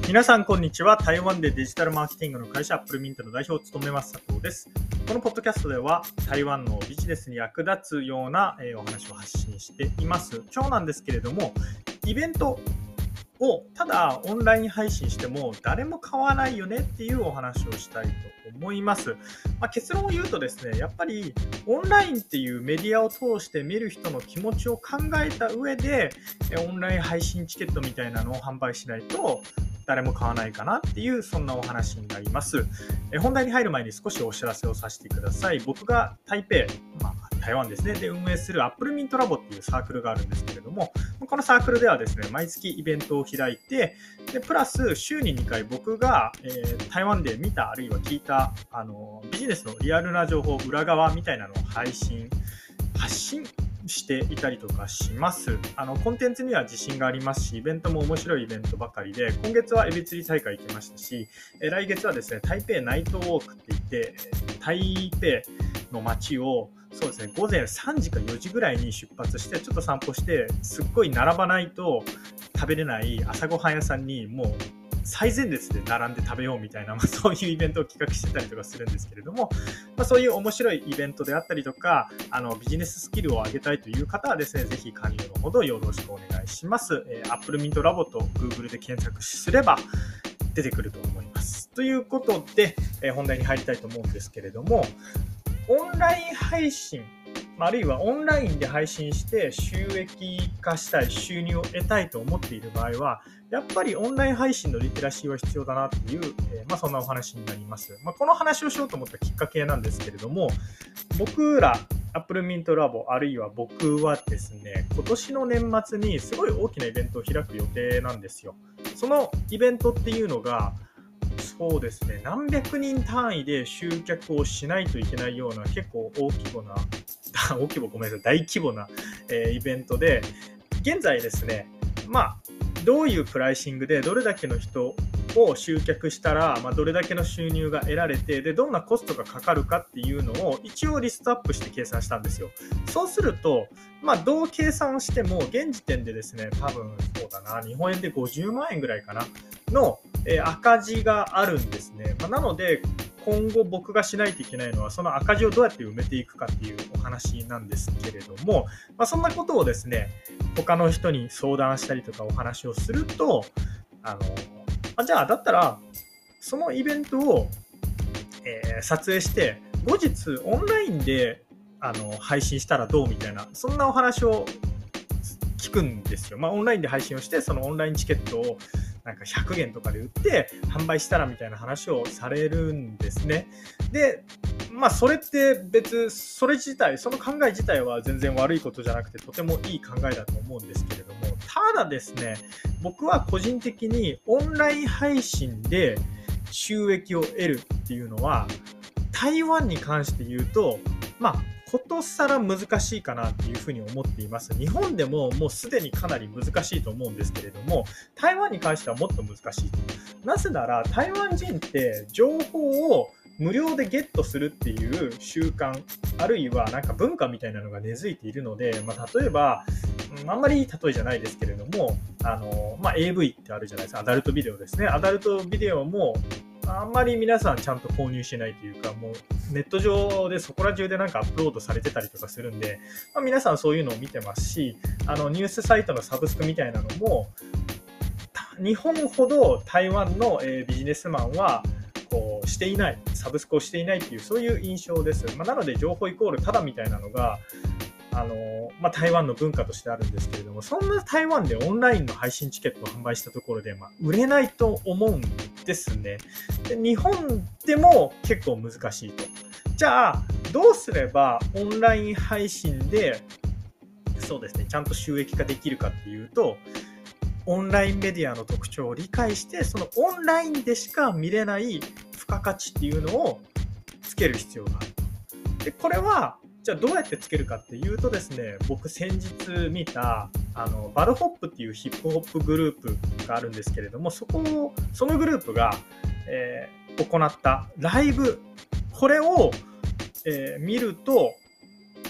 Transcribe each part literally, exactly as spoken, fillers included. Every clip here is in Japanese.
皆さんこんにちは。台湾でデジタルマーケティングの会社アップルミントの代表を務めます佐藤です。このポッドキャストでは台湾のビジネスに役立つようなお話を発信しています。今日なんですけれども、イベントをただオンライン配信しても誰も買わないよねっていうお話をしたいと思います。まあ、結論を言うとですね、やっぱりオンラインっていうメディアを通して見る人の気持ちを考えた上でオンライン配信チケットみたいなのを販売しないと誰も買わないかなっていう、そんなお話になります。え本題に入る前に少しお知らせをさせてください。僕が台北、まあ、台湾ですね、で運営するアップルミントラボっていうサークルがあるんですけれども、このサークルではですね、毎月イベントを開いて、でプラス週ににかい僕が、えー、台湾で見たあるいは聞いたあのビジネスのリアルな情報、裏側みたいなのを配信発信していたりとかします。あのコンテンツには自信がありますし、イベントも面白いイベントばかりで、今月はエビ釣り大会行きましたし、え来月はですね、台北ナイトウォークって言って、台北の街をそうですね、午前さんじかよじぐらいに出発して、ちょっと散歩して、すっごい並ばないと食べれない朝ごはん屋さんにもう最前列で並んで食べようみたいな、まあ、そういうイベントを企画してたりとかするんですけれども、まあ、そういう面白いイベントであったりとか、あのビジネススキルを上げたいという方はですね、ぜひ加入のほどよろしくお願いします。えー、Apple Mint Labo と Google で検索すれば出てくると思います。ということで、えー、本題に入りたいと思うんですけれども、オンライン配信、あるいはオンラインで配信して収益化したい、収入を得たいと思っている場合は、やっぱりオンライン配信のリテラシーは必要だなっていう、えーまあ、そんなお話になります。まあ、この話をしようと思ったきっかけなんですけれども、僕らアップルミントラボ、あるいは僕はですね、今年の年末にすごい大きなイベントを開く予定なんですよ。そのイベントっていうのが、そうですね、何百人単位で集客をしないといけないような結構大規模な大規模ごめんなさい大規模な、えー、イベントで、現在ですね、まあどういうプライシングでどれだけの人を集客したら、まあ、どれだけの収入が得られて、でどんなコストがかかるかっていうのを一応リストアップして計算したんですよ。そうすると、まあ、どう計算しても現時点でですね、多分そうだな、日本円でごじゅうまんえんぐらいかなの、えー、赤字があるんですね。まあ、なので今後僕がしないといけないのは、その赤字をどうやって埋めていくかっていうお話なんですけれども、まあ、そんなことをですね、他の人に相談したりとかお話をすると、あのあじゃあだったらそのイベントを、えー、撮影して後日オンラインであの配信したらどうみたいな、そんなお話を聞くんですよ。まあ、オンラインで配信をして、そのオンラインチケットをなんかひゃくえんとかで売って販売したらみたいな話をされるんですね。で、まあそれって別、それ自体、その考え自体は全然悪いことじゃなくて、とてもいい考えだと思うんですけれども、ただですね、僕は個人的にオンライン配信で収益を得るっていうのは、台湾に関して言うと、まあことさら難しいかなっていうふうに思っています。日本でももうすでにかなり難しいと思うんですけれども、台湾に関してはもっと難しい。なぜなら台湾人って情報を無料でゲットするっていう習慣、あるいはなんか文化みたいなのが根付いているので、まあ、例えばあんまりいい例えじゃないですけれども、あの、まあ、エーブイ ってあるじゃないですか。アダルトビデオですね。アダルトビデオもあんまり皆さんちゃんと購入しないというか、もうネット上でそこら中でなんかアップロードされてたりとかするんで、まあ、皆さんそういうのを見てますし、あのニュースサイトのサブスクみたいなのも日本ほど台湾の、えー、ビジネスマンはこうしていない、サブスクをしていないっていう、そういう印象です。まあ、なので情報イコールタダみたいなのがあのまあ、台湾の文化としてあるんですけれども、そんな台湾でオンラインの配信チケットを販売したところで、まあ、売れないと思うんですね。で、日本でも結構難しいと。じゃあどうすればオンライン配信でそうですね、ちゃんと収益化できるかっていうと、オンラインメディアの特徴を理解して、そのオンラインでしか見れない付加価値っていうのをつける必要があると。で、これはじゃあどうやってつけるかっていうとですね、僕先日見たあのバルホップっていうヒップホップグループがあるんですけれども、そこをそのグループが、えー、行ったライブ、これを、えー、見ると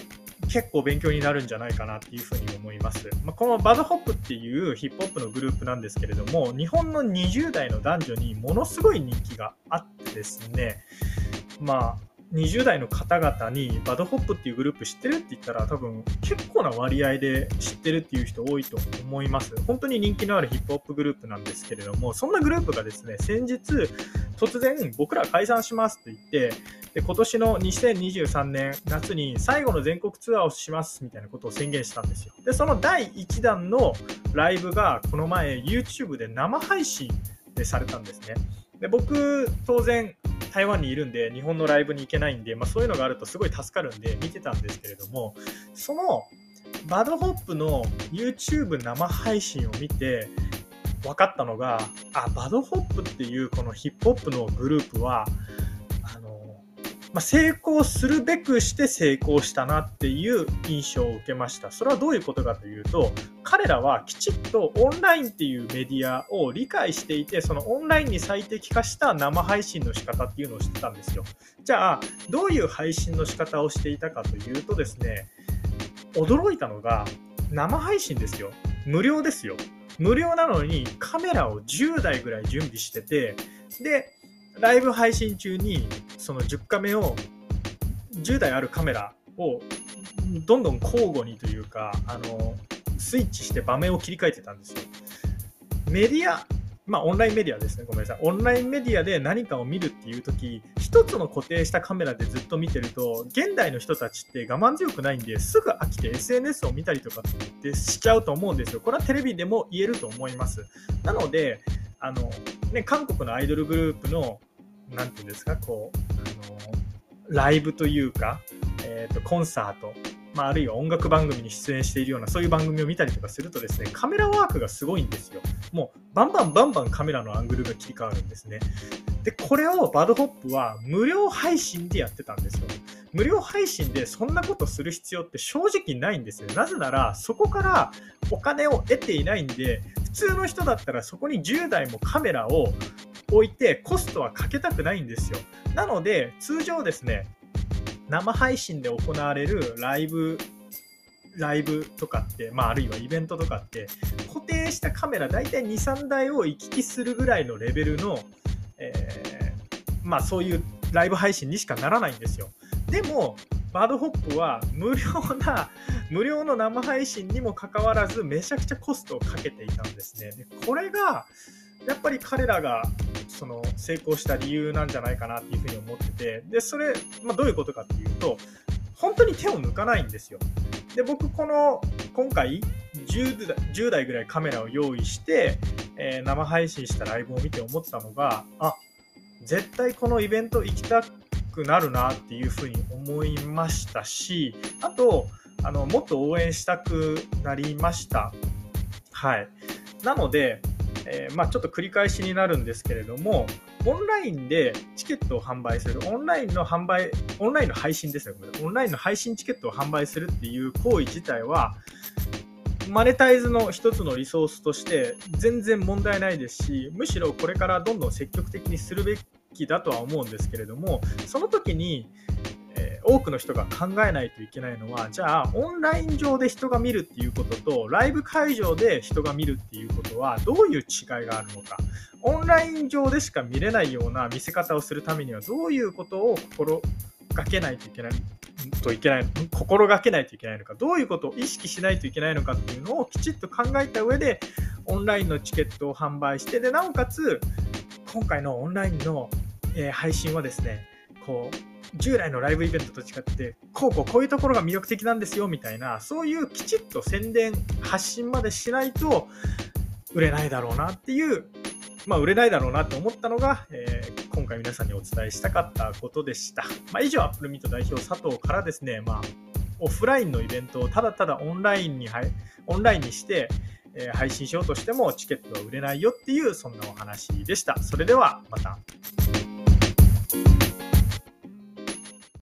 結構勉強になるんじゃないかなっていうふうに思います。まあ、このバドホップっていうヒップホップのグループなんですけれども、日本のにじゅう代の男女にものすごい人気があってですね、まあにじゅう代の方々にバドホップっていうグループ知ってるって言ったら多分結構な割合で知ってるっていう人多いと思います。本当に人気のあるヒップホップグループなんですけれども、そんなグループがですね、先日突然僕ら解散しますって言って、で今年のにせんにじゅうさんねん夏に最後の全国ツアーをしますみたいなことを宣言したんですよ。でそのだいいちだんのライブがこの前 YouTube で生配信でされたんですね。で僕当然台湾にいるんで日本のライブに行けないんで、まあ、そういうのがあるとすごい助かるんで見てたんですけれども、そのバドホップの YouTube 生配信を見て分かったのが、あ、バドホップっていうこのヒップホップのグループはあの、まあ、成功するべくして成功したなっていう印象を受けました。それはどういうことかというと、彼らはきちっとオンラインっていうメディアを理解していて、そのオンラインに最適化した生配信の仕方っていうのを知ってたんですよ。じゃあどういう配信の仕方をしていたかというとですね、驚いたのが生配信ですよ。無料ですよ。無料なのにカメラをじゅうだいぐらい準備してて、でライブ配信中にそのじゅっカメをじゅうだいあるカメラをどんどん交互にというか、あのスイッチして場面を切り替えてたんですよ。メディア、まあオンラインメディアですね、ごめんなさい。オンラインメディアで何かを見るっていう時、一つの固定したカメラでずっと見てると、現代の人たちって我慢強くないんですぐ飽きて エスエヌエス を見たりとかってしちゃうと思うんですよ。これはテレビでも言えると思います。なのであの、ね、韓国のアイドルグループのなんていうんですか、こうあのライブというか、えーと、コンサート、まあ、あるいは音楽番組に出演しているようなそういう番組を見たりとかするとですね、カメラワークがすごいんですよ。もうバンバンバンバンカメラのアングルが切り替わるんですね。でこれをバドホップは無料配信でやってたんですよ。無料配信でそんなことする必要って正直ないんですよ。なぜならそこからお金を得ていないんで、普通の人だったらそこにじゅうだいもカメラを置いてコストはかけたくないんですよ。なので通常ですね、生配信で行われるライブライブとかって、まあ、あるいはイベントとかって固定したカメラだいたいにさんだいを行き来するぐらいのレベルの、えー、まあそういうライブ配信にしかならないんですよ。でもバドホップは無料な無料の生配信にもかかわらずめちゃくちゃコストをかけていたんですね。でこれがやっぱり彼らがその成功した理由なんじゃないかなっていうふうに思ってて、でそれ、まあ、どういうことかっていうと、本当に手を抜かないんですよ。で僕この今回じゅうだいぐらいカメラを用意して、えー、生配信したライブを見て思ったのが、あ、絶対このイベント行きたくなるなっていうふうに思いましたし、あとあのもっと応援したくなりました。はい。なのでえーまあ、ちょっと繰り返しになるんですけれども、オンラインでチケットを販売する、オンラインの販売、オンラインの配信ですね、オンラインの配信チケットを販売するっていう行為自体は、マネタイズの一つのリソースとして全然問題ないですし、むしろこれからどんどん積極的にするべきだとは思うんですけれども、その時に多くの人が考えないといけないのは、じゃあオンライン上で人が見るっていうこととライブ会場で人が見るっていうことはどういう違いがあるのか、オンライン上でしか見れないような見せ方をするためにはどういうことを心がけないといけないといけない心がけないといけないのか、どういうことを意識しないといけないのかっていうのをきちっと考えた上でオンラインのチケットを販売して、でなおかつ今回のオンラインの、えー、配信はですね、こう従来のライブイベントと違ってこうこうこういうところが魅力的なんですよみたいな、そういうきちっと宣伝発信までしないと売れないだろうなっていう、まあ売れないだろうなって思ったのが、えー、今回皆さんにお伝えしたかったことでした。まあ、以上アップルミント代表佐藤からですね、まあオフラインのイベントをただただオンラインにオンラインにして、えー、配信しようとしてもチケットは売れないよっていう、そんなお話でした。それではまた。